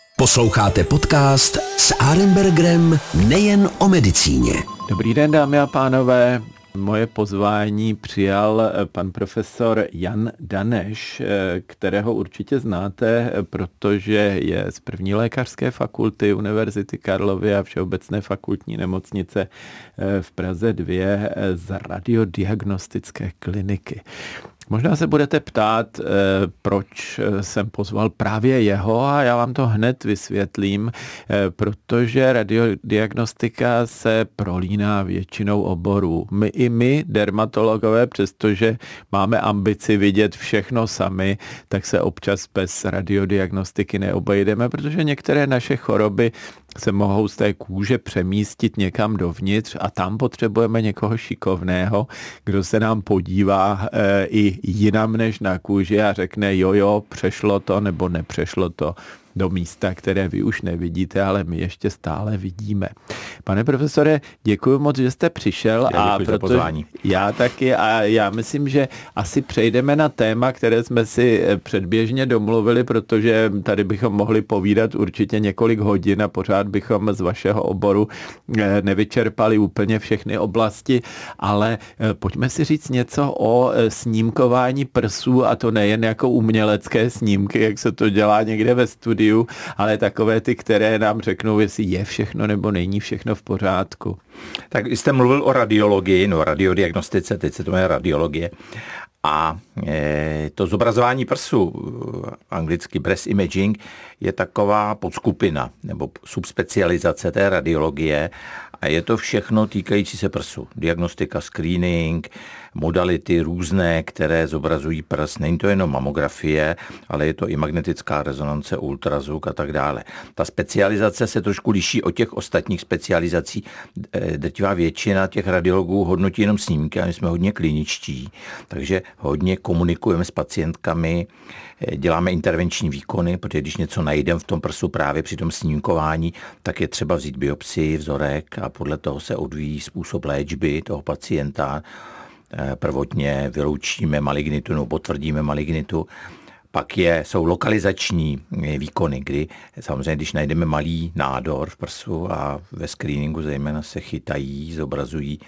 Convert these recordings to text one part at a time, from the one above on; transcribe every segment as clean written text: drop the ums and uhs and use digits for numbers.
Posloucháte podcast s Arenbergerem nejen o medicíně. Dobrý den, dámy a pánové. Moje pozvání přijal pan profesor Jan Daneš, kterého určitě znáte, protože je z první lékařské fakulty Univerzity Karlovy a Všeobecné fakultní nemocnice v Praze 2 z radiodiagnostické kliniky. Možná se budete ptát, proč jsem pozval právě jeho, a já vám to hned vysvětlím, protože radiodiagnostika se prolíná většinou oborů. My, dermatologové, přestože máme ambici vidět všechno sami, tak se občas bez radiodiagnostiky neobejdeme, protože některé naše choroby se mohou z té kůže přemístit někam dovnitř a tam potřebujeme někoho šikovného, kdo se nám podívá i jinam než na kůži a řekne jo, přešlo to nebo nepřešlo to do místa, které vy už nevidíte, ale my ještě stále vidíme. Pane profesore, děkuji moc, že jste přišel. Já děkuji za pozvání. Já taky a já myslím, že asi přejdeme na téma, které jsme si předběžně domluvili, protože tady bychom mohli povídat určitě několik hodin a pořád bychom z vašeho oboru nevyčerpali úplně všechny oblasti, ale pojďme si říct něco o snímkování prsů, a to nejen jako umělecké snímky, jak se to dělá někde ve studiu, ale takové ty, které nám řeknou, jestli je všechno nebo není všechno v pořádku. Tak jste mluvil o radiologii, radiodiagnostice, teď se to jmenuje radiologie. A to zobrazování prsu, anglicky breast imaging, je taková podskupina nebo subspecializace té radiologie a je to všechno týkající se prsu. Diagnostika, screening, modality různé, které zobrazují prs. Není to jenom mamografie, ale je to i magnetická rezonance, ultrazvuk a tak dále. Ta specializace se trošku liší od těch ostatních specializací. Drtivá většina těch radiologů hodnotí jenom snímky a my jsme hodně kliničtí, takže hodně komunikujeme s pacientkami, děláme intervenční výkony, protože když něco najdeme v tom prsu právě při tom snímkování, tak je třeba vzít biopsii, vzorek a podle toho se odvíjí způsob léčby toho pacienta. Prvotně vyloučíme malignitu nebo potvrdíme malignitu. Pak jsou lokalizační výkony, kdy samozřejmě, když najdeme malý nádor v prsu a ve screeningu zejména se chytají, zobrazují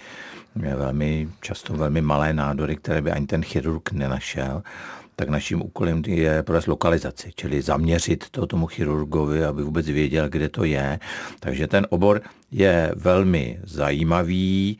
často velmi malé nádory, které by ani ten chirurg nenašel, tak naším úkolem je provést lokalizaci, čili zaměřit to tomu chirurgovi, aby vůbec věděl, kde to je. Takže ten obor je velmi zajímavý,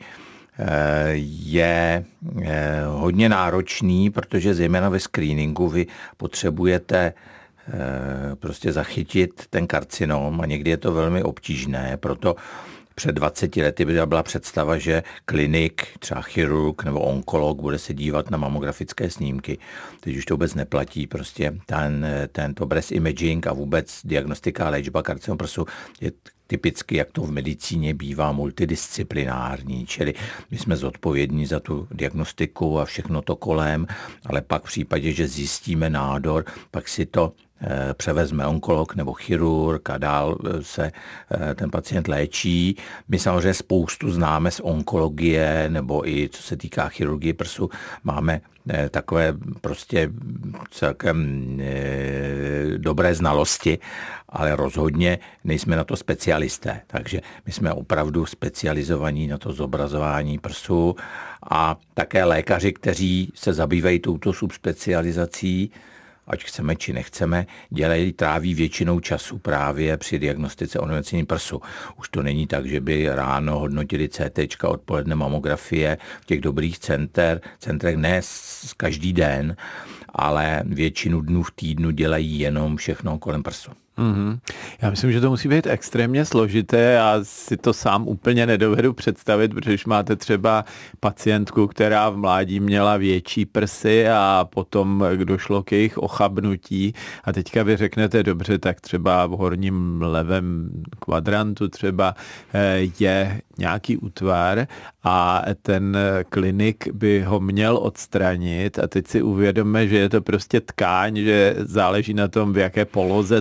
je hodně náročný, protože zejména ve screeningu vy potřebujete prostě zachytit ten karcinom a někdy je to velmi obtížné, proto před 20 lety by byla představa, že klinik, třeba chirurg nebo onkolog bude se dívat na mamografické snímky. Teď už to vůbec neplatí, prostě tento breast imaging a vůbec diagnostika a léčba karcinomu prsu je typicky, jak to v medicíně bývá, multidisciplinární, čili my jsme zodpovědní za tu diagnostiku a všechno to kolem, ale pak v případě, že zjistíme nádor, pak si to převezme onkolog nebo chirurg a dál se ten pacient léčí. My samozřejmě spoustu známe z onkologie nebo i co se týká chirurgie prsu, máme takové prostě celkem dobré znalosti, ale rozhodně nejsme na to specialisté. Takže my jsme opravdu specializovaní na to zobrazování prsu a také lékaři, kteří se zabývají touto subspecializací, ať chceme či nechceme, tráví většinou času právě při diagnostice onemocnění prsu. Už to není tak, že by ráno hodnotili CT, odpoledne mamografie v těch dobrých centrech ne každý den, ale většinu dnů v týdnu dělají jenom všechno kolem prsu. Mm-hmm. Já myslím, že to musí být extrémně složité. Já si to sám úplně nedovedu představit, protože když máte třeba pacientku, která v mládí měla větší prsy a potom došlo k jejich ochabnutí a teďka vy řeknete, dobře, tak třeba v horním levém kvadrantu třeba je nějaký útvar a ten klinik by ho měl odstranit a teď si uvědomme, že je to prostě tkáň, že záleží na tom, v jaké poloze ta žena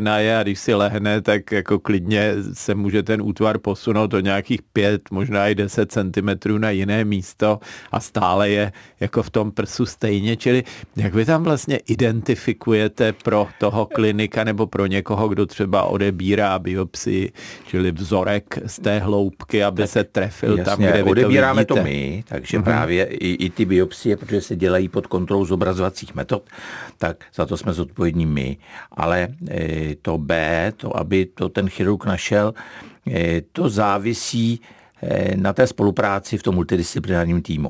rakovina je a když si lehne, tak jako klidně se může ten útvar posunout o nějakých 5, možná i 10 centimetrů na jiné místo a stále je jako v tom prsu stejně. Čili jak vy tam vlastně identifikujete pro toho klinika nebo pro někoho, kdo třeba odebírá biopsii, čili vzorek z té hloubky, aby tak se trefil tam, kde vy to vidíte? Odebíráme to my, takže právě i ty biopsie, protože se dělají pod kontrolou zobrazovacích metod, tak za to jsme zodpovědní my. Ale to B, to, aby to ten chirurg našel, to závisí na té spolupráci v tom multidisciplinárním týmu.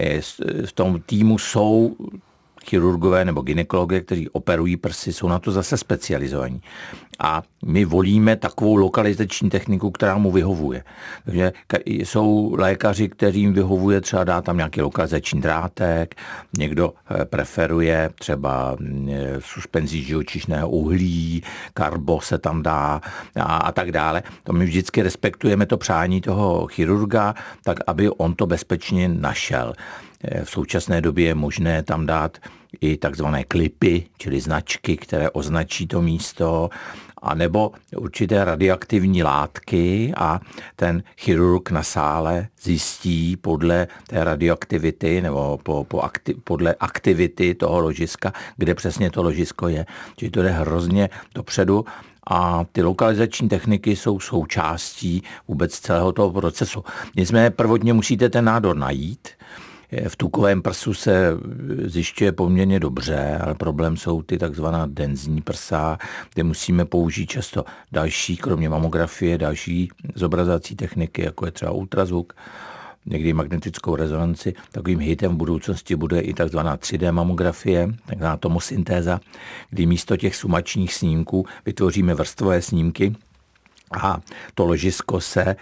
V tom týmu jsou chirurgové nebo gynekologové, kteří operují prsy, jsou na to zase specializovaní. A my volíme takovou lokalizační techniku, která mu vyhovuje. Takže jsou lékaři, kterým vyhovuje třeba dát tam nějaký lokalizační drátek, někdo preferuje třeba suspenzí živočišného uhlí, karbo se tam dá a tak dále. To my vždycky respektujeme to přání toho chirurga, tak aby on to bezpečně našel. V současné době je možné tam dát i takzvané klipy, čili značky, které označí to místo, anebo určité radioaktivní látky a ten chirurg na sále zjistí podle té radioaktivity nebo podle aktivity toho ložiska, kde přesně to ložisko je. Čili to jde hrozně dopředu. A ty lokalizační techniky jsou součástí vůbec celého toho procesu. Nicméně prvotně musíte ten nádor najít. V tukovém prsu se zjišťuje poměrně dobře, ale problém jsou ty takzvaná denzní prsa, kde musíme použít často další, kromě mamografie, další zobrazovací techniky, jako je třeba ultrazvuk, někdy magnetickou rezonanci. Takovým hitem v budoucnosti bude i takzvaná 3D mamografie, takzvaná tomosyntéza, kdy místo těch sumačních snímků vytvoříme vrstvové snímky, a to ložisko se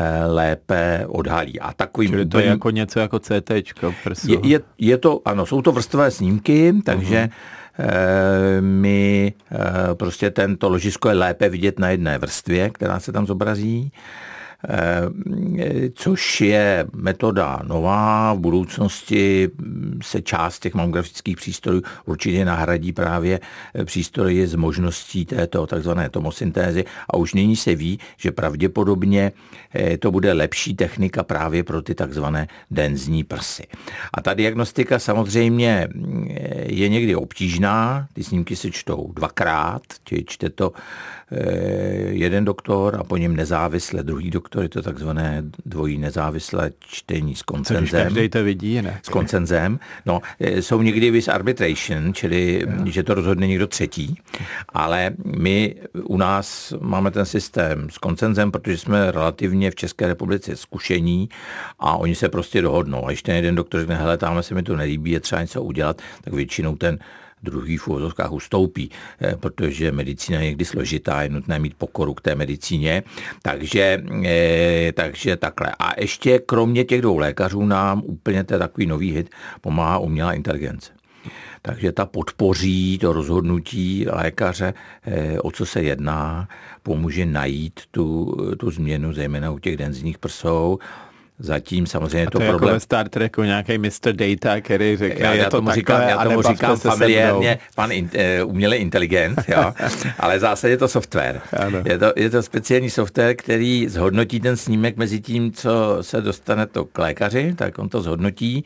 lépe odhalí. A takovým čili to je jako něco jako CTčko prsu. Je to, ano, jsou to vrstvé snímky, takže my prostě tento ložisko je lépe vidět na jedné vrstvě, která se tam zobrazí, což je metoda nová. V budoucnosti se část těch mamografických přístrojů určitě nahradí právě přístroje s možností této takzvané tomosyntézy a už nyní se ví, že pravděpodobně to bude lepší technika právě pro ty takzvané denzní prsy. A ta diagnostika samozřejmě je někdy obtížná, ty snímky se čtou dvakrát, čte to jeden doktor a po něm nezávisle druhý doktor, je to takzvané dvojí nezávislé čtení s koncenzem. Každý to vidí jinak. S koncenzem. No, jsou někdy with arbitration, čili že to rozhodne někdo třetí, ale my u nás máme ten systém s koncenzem, protože jsme relativně v České republice zkušení a oni se prostě dohodnou. A když ten jeden doktor řekne, hele, tamhle se mi to nelíbí, je třeba něco udělat, tak většinou ten druhý v uvozovkách ustoupí, protože medicína je někdy složitá, je nutné mít pokoru k té medicíně, takže takhle. A ještě kromě těch dvou lékařů nám úplně to je takový nový hit, pomáhá umělá inteligence. Takže ta podpoří to rozhodnutí lékaře, o co se jedná, pomůže najít tu změnu, zejména u těch denzních prsou. Zatím samozřejmě to je problém. Jako ve Star Treku nějaký Mr. Data, který řekne, já tomu říkám familiárně pan umělý inteligent, jo. Ale v zásadě je to software. Je to speciální software, který zhodnotí ten snímek mezi tím, co se dostane to k lékaři, tak on to zhodnotí.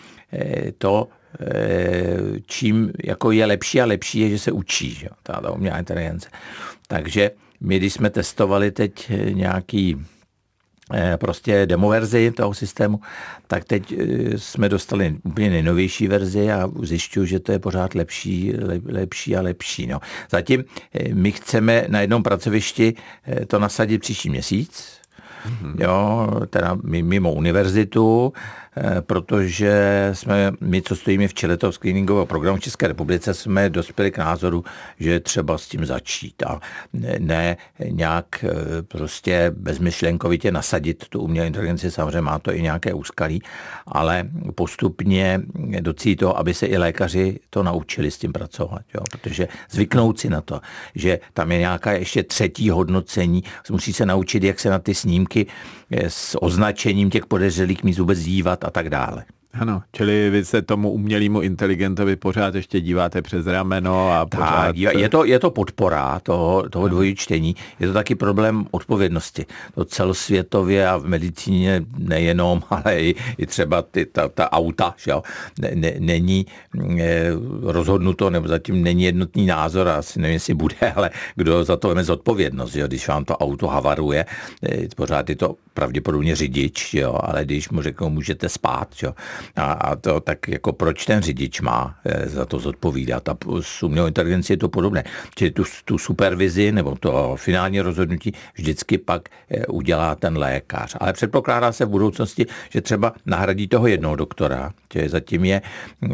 Čím jako je lepší a lepší je, že se učí, že? Ta umělá inteligence. Takže my, když jsme testovali teď nějaký prostě demoverzi toho systému, tak teď jsme dostali úplně nejnovější verzi a zjišťuju, že to je pořád lepší a lepší. No. Zatím my chceme na jednom pracovišti to nasadit příští měsíc, jo, teda mimo univerzitu, protože my, co stojíme v čele toho screeningového programu v České republice, jsme dospěli k názoru, že je třeba s tím začít a ne nějak prostě bezmyšlenkovitě nasadit tu umělou inteligenci, samozřejmě má to i nějaké úskalí, ale postupně docílit toho, aby se i lékaři to naučili s tím pracovat, jo, protože zvyknout si na to, že tam je nějaká ještě třetí hodnocení, musí se naučit, jak se na ty snímky s označením těch podezřelých míst vůbec dívat a tak dále. Ano, čili vy se tomu umělému inteligentovi pořád ještě díváte přes rameno a pořád... Tak, je to podpora toho dvojí čtení, je to taky problém odpovědnosti. To celosvětově a v medicíně nejenom, ale i třeba ta auta, že jo, není rozhodnuto, nebo zatím není jednotný názor, asi nevím, jestli bude, ale kdo za to veme zodpovědnost, že jo, když vám to auto havaruje, pořád je to pravděpodobně řidič, jo, ale když mu řeknou, můžete spát, jo, a to tak jako proč ten řidič má za to zodpovídat. A s umělou inteligencí je to podobné. Čili tu supervizi nebo to finální rozhodnutí vždycky pak udělá ten lékař. Ale předpokládá se v budoucnosti, že třeba nahradí toho jednoho doktora. Čili zatím je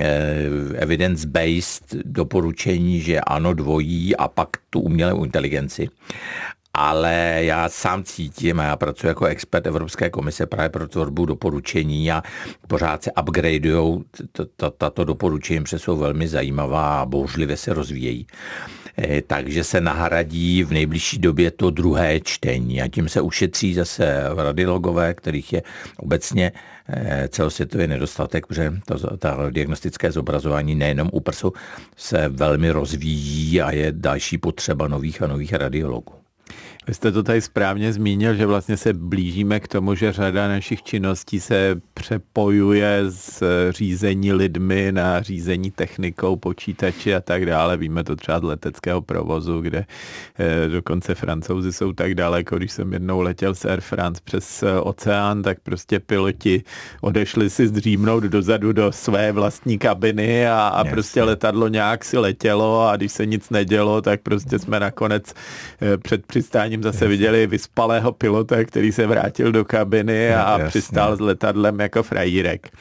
evidence-based doporučení, že ano, dvojí a pak tu umělou inteligenci. Ale já sám cítím a já pracuji jako expert Evropské komise právě pro tvorbu doporučení a pořád se upgradeujou tato doporučení, protože jsou velmi zajímavá a bouřlivě se rozvíjejí. Takže se nahradí v nejbližší době to druhé čtení a tím se ušetří zase radiologové, kterých je obecně celosvětově nedostatek, protože ta diagnostické zobrazování nejenom u prsu se velmi rozvíjí a je další potřeba nových a nových radiologů. Vy jste to tady správně zmínil, že vlastně se blížíme k tomu, že řada našich činností se přepojuje z řízení lidmi na řízení technikou, počítači a tak dále. Víme to třeba z leteckého provozu, kde dokonce Francouzi jsou tak daleko. Když jsem jednou letěl z Air France přes oceán, tak prostě piloti odešli si zdřímnout dozadu do své vlastní kabiny a prostě letadlo nějak si letělo a když se nic nedělo, tak prostě jsme nakonec před přistáním zase viděli vyspalého pilota, který se vrátil do kabiny a přistál s letadlem jako frajírek.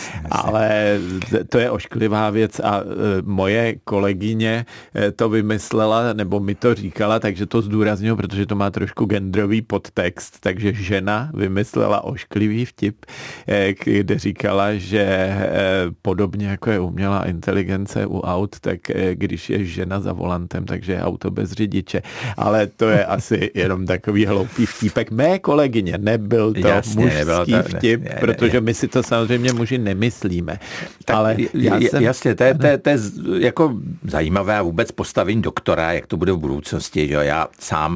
Ale to je ošklivá věc a moje kolegyně to vymyslela, nebo mi to říkala, takže to zdůrazňuji, protože to má trošku genderový podtext, takže žena vymyslela ošklivý vtip, kde říkala, že podobně jako je umělá inteligence u aut, tak když je žena za volantem, takže je auto bez řidiče. Ale to je asi jenom takový hloupý vtípek mé kolegyně, nebyl to mužský vtip, protože my si to samozřejmě muži nemyslíme. Tak ale jasně, to je jako zajímavé vůbec postavení doktora, jak to bude v budoucnosti. Že? Já sám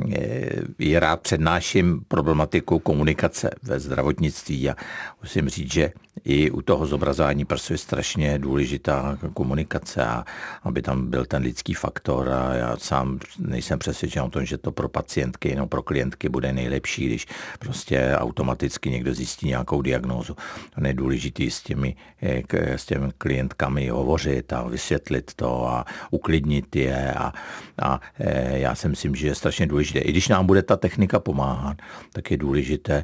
rád přednáším problematiku komunikace ve zdravotnictví a musím říct, že i u toho zobrazování prsu je strašně důležitá komunikace a aby tam byl ten lidský faktor a já sám nejsem přesvědčen o tom, že to pro pacientky, jenom pro klientky bude nejlepší, když prostě automaticky někdo zjistí nějakou diagnózu. To je důležité s těmi klientkami hovořit a vysvětlit to a uklidnit je a já si myslím, že je strašně důležité. I když nám bude ta technika pomáhat, tak je důležité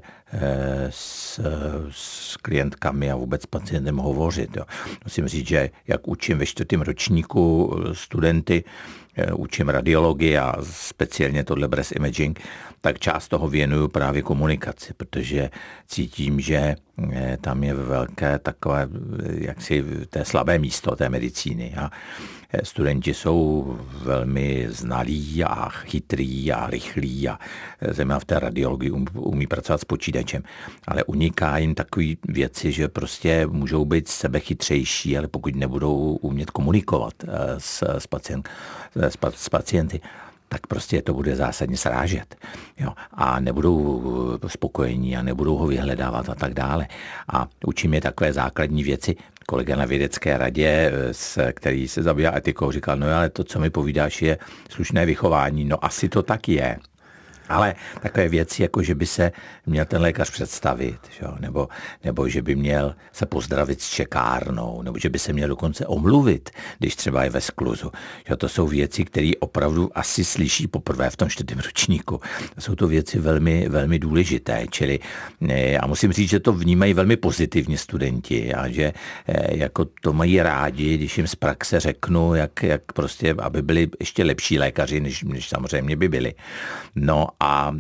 s klientkami a vůbec s pacientem hovořit. Jo. Musím říct, že jak učím ve 4. ročníku studenty, učím radiologii a speciálně tohle breast imaging, tak část toho věnuju právě komunikaci, protože cítím, že tam je velké takové, jaksi té slabé místo té medicíny. A studenti jsou velmi znalí a chytrý a rychlí a zejména v té radiologii umí pracovat s počítačem, ale uniká jim takové věci, že prostě můžou být sebechytřejší, ale pokud nebudou umět komunikovat s pacienty, tak prostě to bude zásadně srážet. Jo? A nebudou spokojení a nebudou ho vyhledávat a tak dále. A učím je takové základní věci. Kolega na vědecké radě, který se zabývá etikou, říkal, no ale to, co mi povídáš, je slušné vychování. No asi to tak je. Ale takové věci, jako že by se měl ten lékař představit, nebo že by měl se pozdravit s čekárnou, nebo že by se měl dokonce omluvit, když třeba je ve skluzu. To jsou věci, které opravdu asi slyší poprvé v tom 4. ročníku. Jsou to věci velmi, velmi důležité, čili a musím říct, že to vnímají velmi pozitivně studenti a že jako to mají rádi, když jim z praxe řeknu, jak prostě, aby byli ještě lepší lékaři, než samozřejmě by byli. No a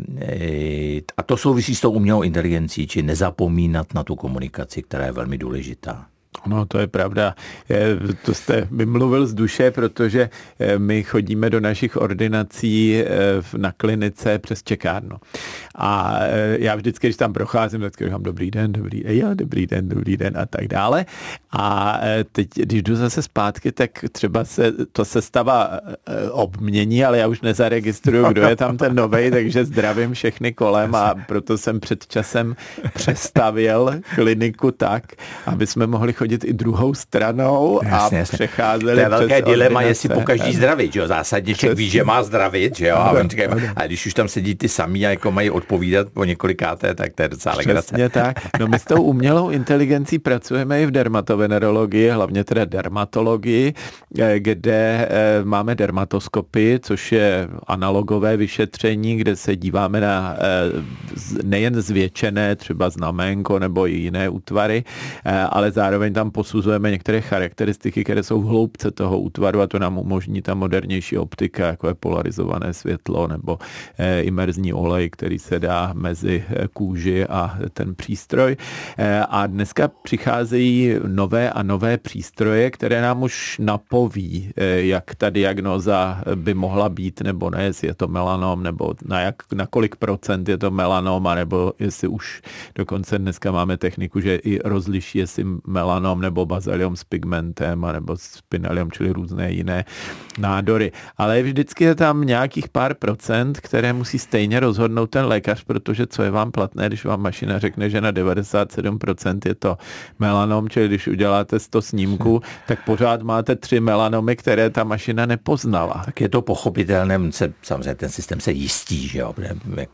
to souvisí s tou umělou inteligencí, či nezapomínat na tu komunikaci, která je velmi důležitá. No, to je pravda. To jste vymluvil z duše, protože my chodíme do našich ordinací na klinice přes čekárnu. A já vždycky, když tam procházím, tak říkám dobrý den dobrý den a tak dále. A teď, když jdu zase zpátky, tak třeba to sestava obmění, ale já už nezaregistruju, kdo je tam ten novej, takže zdravím všechny kolem a proto jsem před časem přestavěl kliniku tak, aby jsme mohli chodit i druhou stranou a přecházeli. To je velké přes dilema, ordinace. jestli po každý zdravit, že jo? Zásadně člověk ví, že má zdravit, že jo? A když už tam sedí ty samý a jako mají odpovídat po několikáté, tak to je docela legrace. Přesně tak. No my s tou umělou inteligencí pracujeme i v dermatovenerologii, hlavně teda dermatologii, kde máme dermatoskopy, což je analogové vyšetření, kde se díváme na nejen zvětšené třeba znaménko nebo i jiné útvary, ale zároveň tam posuzujeme některé charakteristiky, které jsou v hloubce toho útvaru a to nám umožní ta modernější optika, jako je polarizované světlo nebo imerzní olej, který se dá mezi kůži a ten přístroj. A dneska přicházejí nové a nové přístroje, které nám už napoví, jak ta diagnóza by mohla být nebo ne, jestli je to melanom, nebo na kolik procent je to melanoma, nebo jestli už dokonce dneska máme techniku, že i rozliší, jestli melanom nebo bazaliom s pigmentem, nebo spinaliom, čili různé jiné nádory. Ale vždycky je tam nějakých pár procent, které musí stejně rozhodnout ten lékař, protože co je vám platné, když vám mašina řekne, že na 97% je to melanom, čili když uděláte 100 snímků, tak pořád máte 3 melanomy, které ta mašina nepoznala. Tak je to pochopitelné, samozřejmě ten systém se jistí, že jo,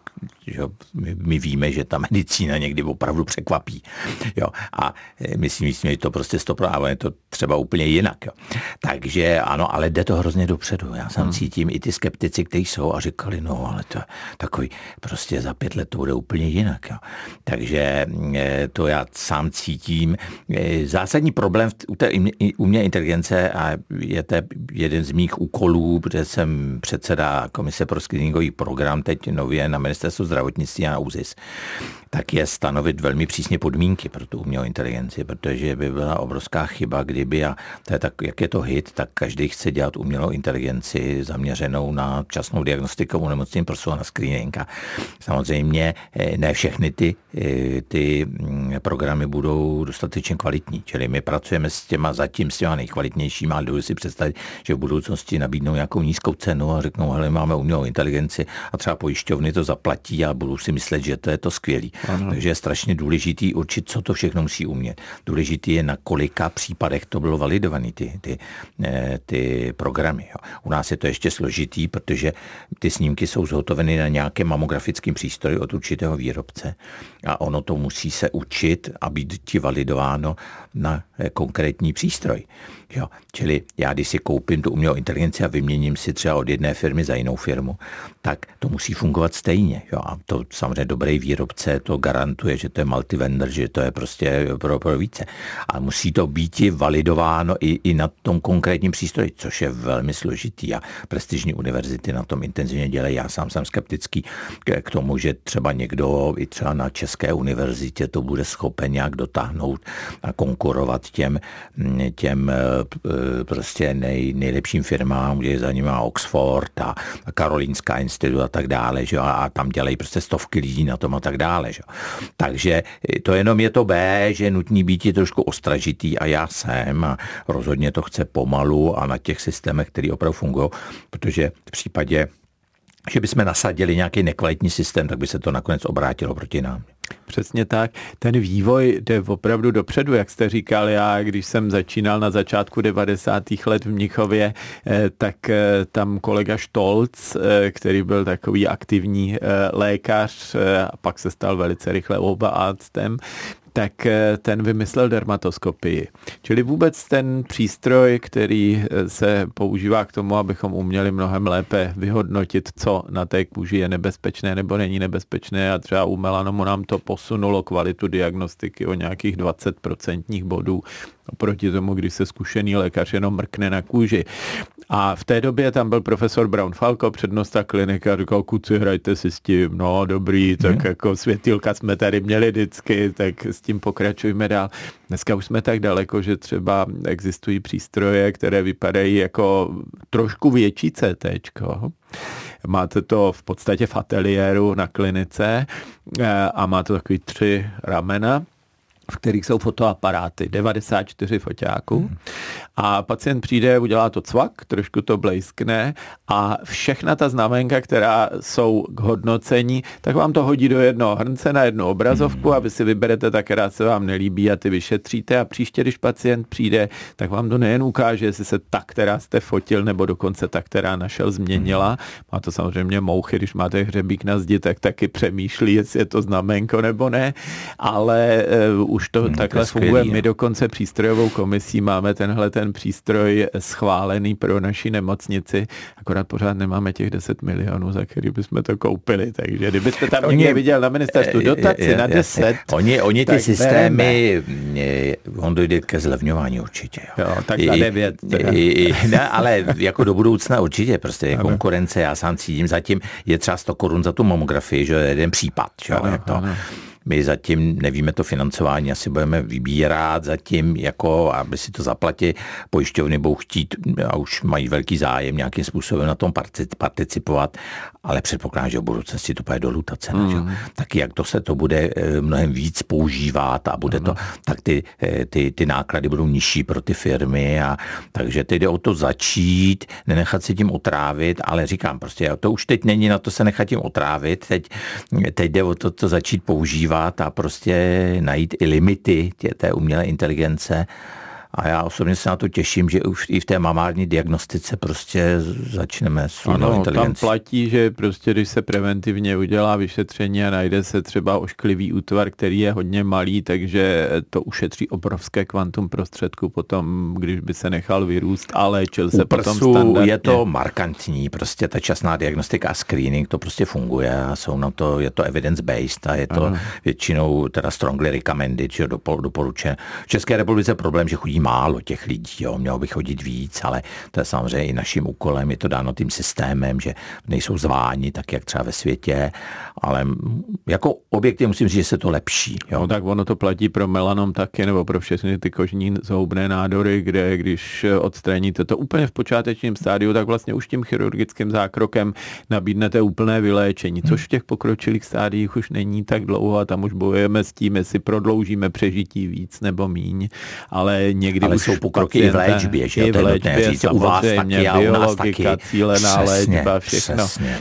my víme, že ta medicína někdy opravdu překvapí, jo, a my si myslíme, že to prostě 100%, je to třeba úplně jinak, jo. Takže ano, ale jde to hrozně dopředu, já sám cítím i ty skeptici, kteří jsou a říkali, no, ale to takový, prostě za 5 let to bude úplně jinak, jo. Takže to já sám cítím. Zásadní problém u té umělé inteligence a je to jeden z mých úkolů, protože jsem předseda Komise pro screeningový program teď nově na Ministerstvu zdravotnictví a na ÚZIS, tak je stanovit velmi přísně podmínky pro tu umělou inteligenci, protože by byla obrovská chyba, kdyby, a to je tak, jak je to hit, tak každý chce dělat umělou inteligenci zaměřenou na včasnou diagnostiku onemocnění prsu a na screening. Samozřejmě ne všechny ty programy budou dostatečně kvalitní, čili my pracujeme s těma nejkvalitnějšíma, ale dovedu si představit, že v budoucnosti nabídnou nějakou nízkou cenu a řeknou, hele, máme umělou inteligenci a třeba pojišťovny to zaplatí a budou si myslet, že to je to skvělý. Ano. Takže je strašně důležitý určit, co to všechno musí umět. Důležitý je, na kolika případech to bylo validované, ty programy. Jo. U nás je to ještě složitý, protože ty snímky jsou zhotoveny na nějakém mamografickém přístroji od určitého výrobce a ono to musí se učit a být ti validováno na konkrétní přístroj. Jo. Čili já, když si koupím tu umělou inteligenci a vyměním si třeba od jedné firmy za jinou firmu, tak to musí fungovat stejně. Jo. A to samozřejmě dobrý výrobce to garantuje, že to je multivendor, že to je prostě pro více. Ale musí to být validováno i na tom konkrétním přístroji, což je velmi složitý a prestižní univerzity na tom intenzivně dělají. Já sám jsem skeptický k tomu, že třeba někdo i třeba na České univerzitě to bude schopen nějak dotáhnout a konkurovat těm prostě nejlepším firmám, kde za nimi Oxford a Karolínská institut a tak dále, že? A tam dělají prostě stovky lidí na tom a tak dále. Že? Takže to jenom je to B, že je nutný být trošku ostražitý a já jsem a rozhodně to chce pomalu a na těch systémech, které opravdu fungují, protože v případě, že bychom nasadili nějaký nekvalitní systém, tak by se to nakonec obrátilo proti nám. Přesně tak. Ten vývoj jde opravdu dopředu, jak jste říkal. Já, když jsem začínal na začátku 90. let v Mnichově, tak tam kolega Štolc, který byl takový aktivní lékař a pak se stal velice rychle Oberarztem, tak ten vymyslel dermatoskopii. Čili vůbec ten přístroj, který se používá k tomu, abychom uměli mnohem lépe vyhodnotit, co na té kůži je nebezpečné nebo není nebezpečné a třeba u melanomu nám to posunulo kvalitu diagnostiky o nějakých 20% bodů oproti tomu, když se zkušený lékař jenom mrkne na kůži. A v té době tam byl profesor Braunfalko, přednosta klinika, říkal, kuci, hrajte si s tím, no dobrý, tak jako světýlka jsme tady měli vždycky, tak s tím pokračujme dál. Dneska už jsme tak daleko, že třeba existují přístroje, které vypadají jako trošku větší CTčko. Máte to v podstatě v ateliéru na klinice a má to takový 3 ramena, v kterých jsou fotoaparáty, 94 foťáků. A pacient přijde, udělá to cvak, trošku to blejskne a všechna ta znamenka, která jsou k hodnocení, tak vám to hodí do jednoho hrnce na jednu obrazovku a vy si vyberete ta, která se vám nelíbí a ty vyšetříte a příště, když pacient přijde, tak vám to nejen ukáže, jestli se ta, která jste fotil, nebo dokonce ta, která našel, změnila. Má to samozřejmě mouchy, když máte hřebík na zdi, tak taky přemýšlí, jestli je to znamenko nebo ne, ale už to takhle funguje. My dokonce přístrojovou komisí máme ten přístroj schválený pro naši nemocnici, akorát pořád nemáme těch 10 milionů, za který bychom to koupili, takže kdybyste tam někde viděl na ministerstvu dotaci na 10, oni ty systémy, on dojde ke zlevňování určitě. Jo, tak za 9. Ne, ale jako do budoucna určitě, prostě konkurence, já sám cítím, zatím je třeba 100 korun za tu mamografii, že je jeden případ, že jo, jak to. My zatím nevíme to financování, asi budeme vybírat zatím, jako aby si to zaplatí pojišťovny budou chtít a už mají velký zájem nějakým způsobem na tom participovat, ale předpokládám, že v budoucnosti to půjde dolů ta cena. Že? Tak jak to se to bude mnohem víc používat a bude to, tak ty náklady budou nižší pro ty firmy a takže teď jde o to začít, nenechat si tím otrávit, ale říkám prostě, to už teď není na to se nechat tím otrávit, teď jde o to začít používat a prostě najít i limity té umělé inteligence. A já osobně se na to těším, že už i v té mamární diagnostice prostě začneme s umělou inteligencí. Tam platí, že prostě když se preventivně udělá vyšetření a najde se třeba ošklivý útvar, který je hodně malý, takže to ušetří obrovské kvantum prostředků potom, když by se nechal vyrůst a léčil se potom standardně. Je to markantní, prostě ta časná diagnostika a screening, to prostě funguje a jsou na to, je to evidence-based a je to většinou teda strongly recommended, že doporučené. V České republice problém, že chodí málo těch lidí, jo, mělo by chodit víc, ale to je samozřejmě i naším úkolem, je to dáno tím systémem, že nejsou zváni tak, jak třeba ve světě, ale jako objektivně musím říct, že se to lepší. Jo. No tak ono to platí pro melanom taky, nebo pro všechny ty kožní zhoubné nádory, kde když odstraníte to úplně v počátečním stádiu, tak vlastně už tím chirurgickým zákrokem nabídnete úplné vyléčení, což v těch pokročilých stádiích už není tak dlouho a tam už bojujeme s tím, jestli prodloužíme přežití víc nebo míň, ale někdy ale už jsou pokroky i v léčbě, že i v léčbě, říct, u vás taky a u nás taky. Cílená léčba, všechno. Přesně.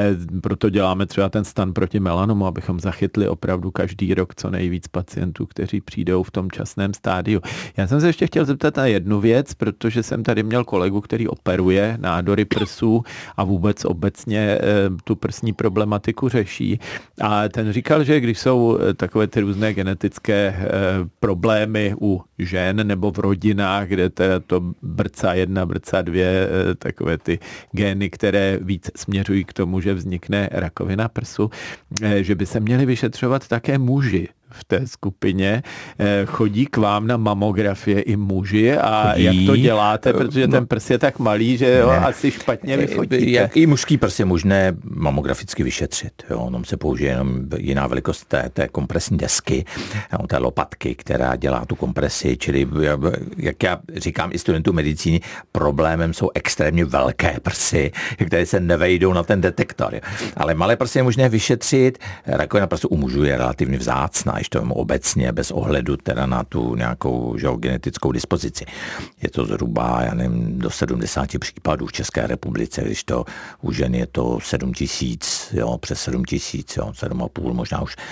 Proto děláme třeba ten stan proti melanomu, abychom zachytli opravdu každý rok co nejvíc pacientů, kteří přijdou v tom časném stádiu. Já jsem se ještě chtěl zeptat na jednu věc, protože jsem tady měl kolegu, který operuje nádory prsů a vůbec obecně tu prsní problematiku řeší. A ten říkal, že když jsou takové ty různé genetické problémy u žen nebo v rodinách, kde to brca 1, brca 2, takové ty gény, které víc směřují k tomu, že vznikne rakovina prsu, že by se měli vyšetřovat také muži v té skupině. Chodí k vám na mamografie i muži a jak to děláte, protože ten prs je tak malý, že ho asi špatně vyfotíte. I mužský prs je možné mamograficky vyšetřit. Jo. Ono se použije jenom jiná velikost té kompresní desky, té lopatky, která dělá tu kompresi, čili jak já říkám i studentům medicíny, problémem jsou extrémně velké prsy, které se nevejdou na ten detektor. Ale malé prsy je možné vyšetřit, rakovina prsu u mužů je relativně vzácná, to obecně, bez ohledu teda na tu nějakou genetickou dispozici. Je to zhruba, já nevím, do 70 případů v České republice, když to u žen je to 7 000, přes 7 000, 7,5 možná už.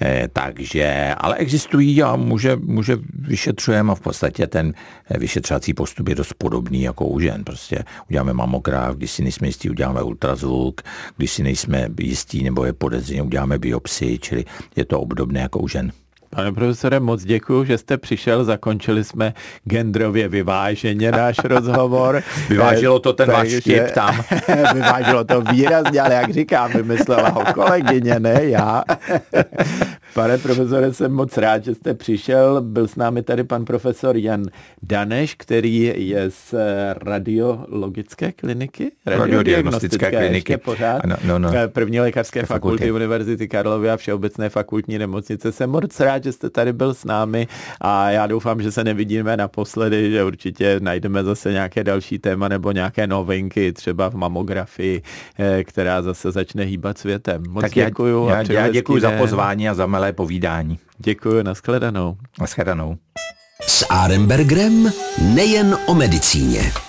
Takže, ale existují a muže vyšetřujeme a v podstatě ten vyšetřovací postup je dost podobný jako u žen. Prostě uděláme mamograf, když si nejsme jistí, uděláme ultrazvuk, když si nejsme jistí nebo je podezření, uděláme biopsii, čili je to obdobné jako u žen. Pane profesore, moc děkuju, že jste přišel, zakončili jsme genderově vyváženě náš rozhovor. Vyvážilo to ten váš vtip tam. Vyvážilo to výrazně, ale jak říkám, vymyslela ho kolegyně, ne já. Pane profesore, jsem moc rád, že jste přišel. Byl s námi tady pan profesor Jan Daneš, který je z radiologické kliniky? Radiodiagnostické kliniky. Pořád. No. První lékařské fakulty Univerzity Karlovy a Všeobecné fakultní nemocnice. Jsem moc rád, že jste tady byl s námi a já doufám, že se nevidíme naposledy, že určitě najdeme zase nějaké další téma nebo nějaké novinky, třeba v mamografii, která zase začne hýbat světem. Moc tak děkuju. Já děkuji za pozvání a za milé povídání. Děkuji, nashledanou. Nashledanou. S Arenbergerem nejen o medicíně.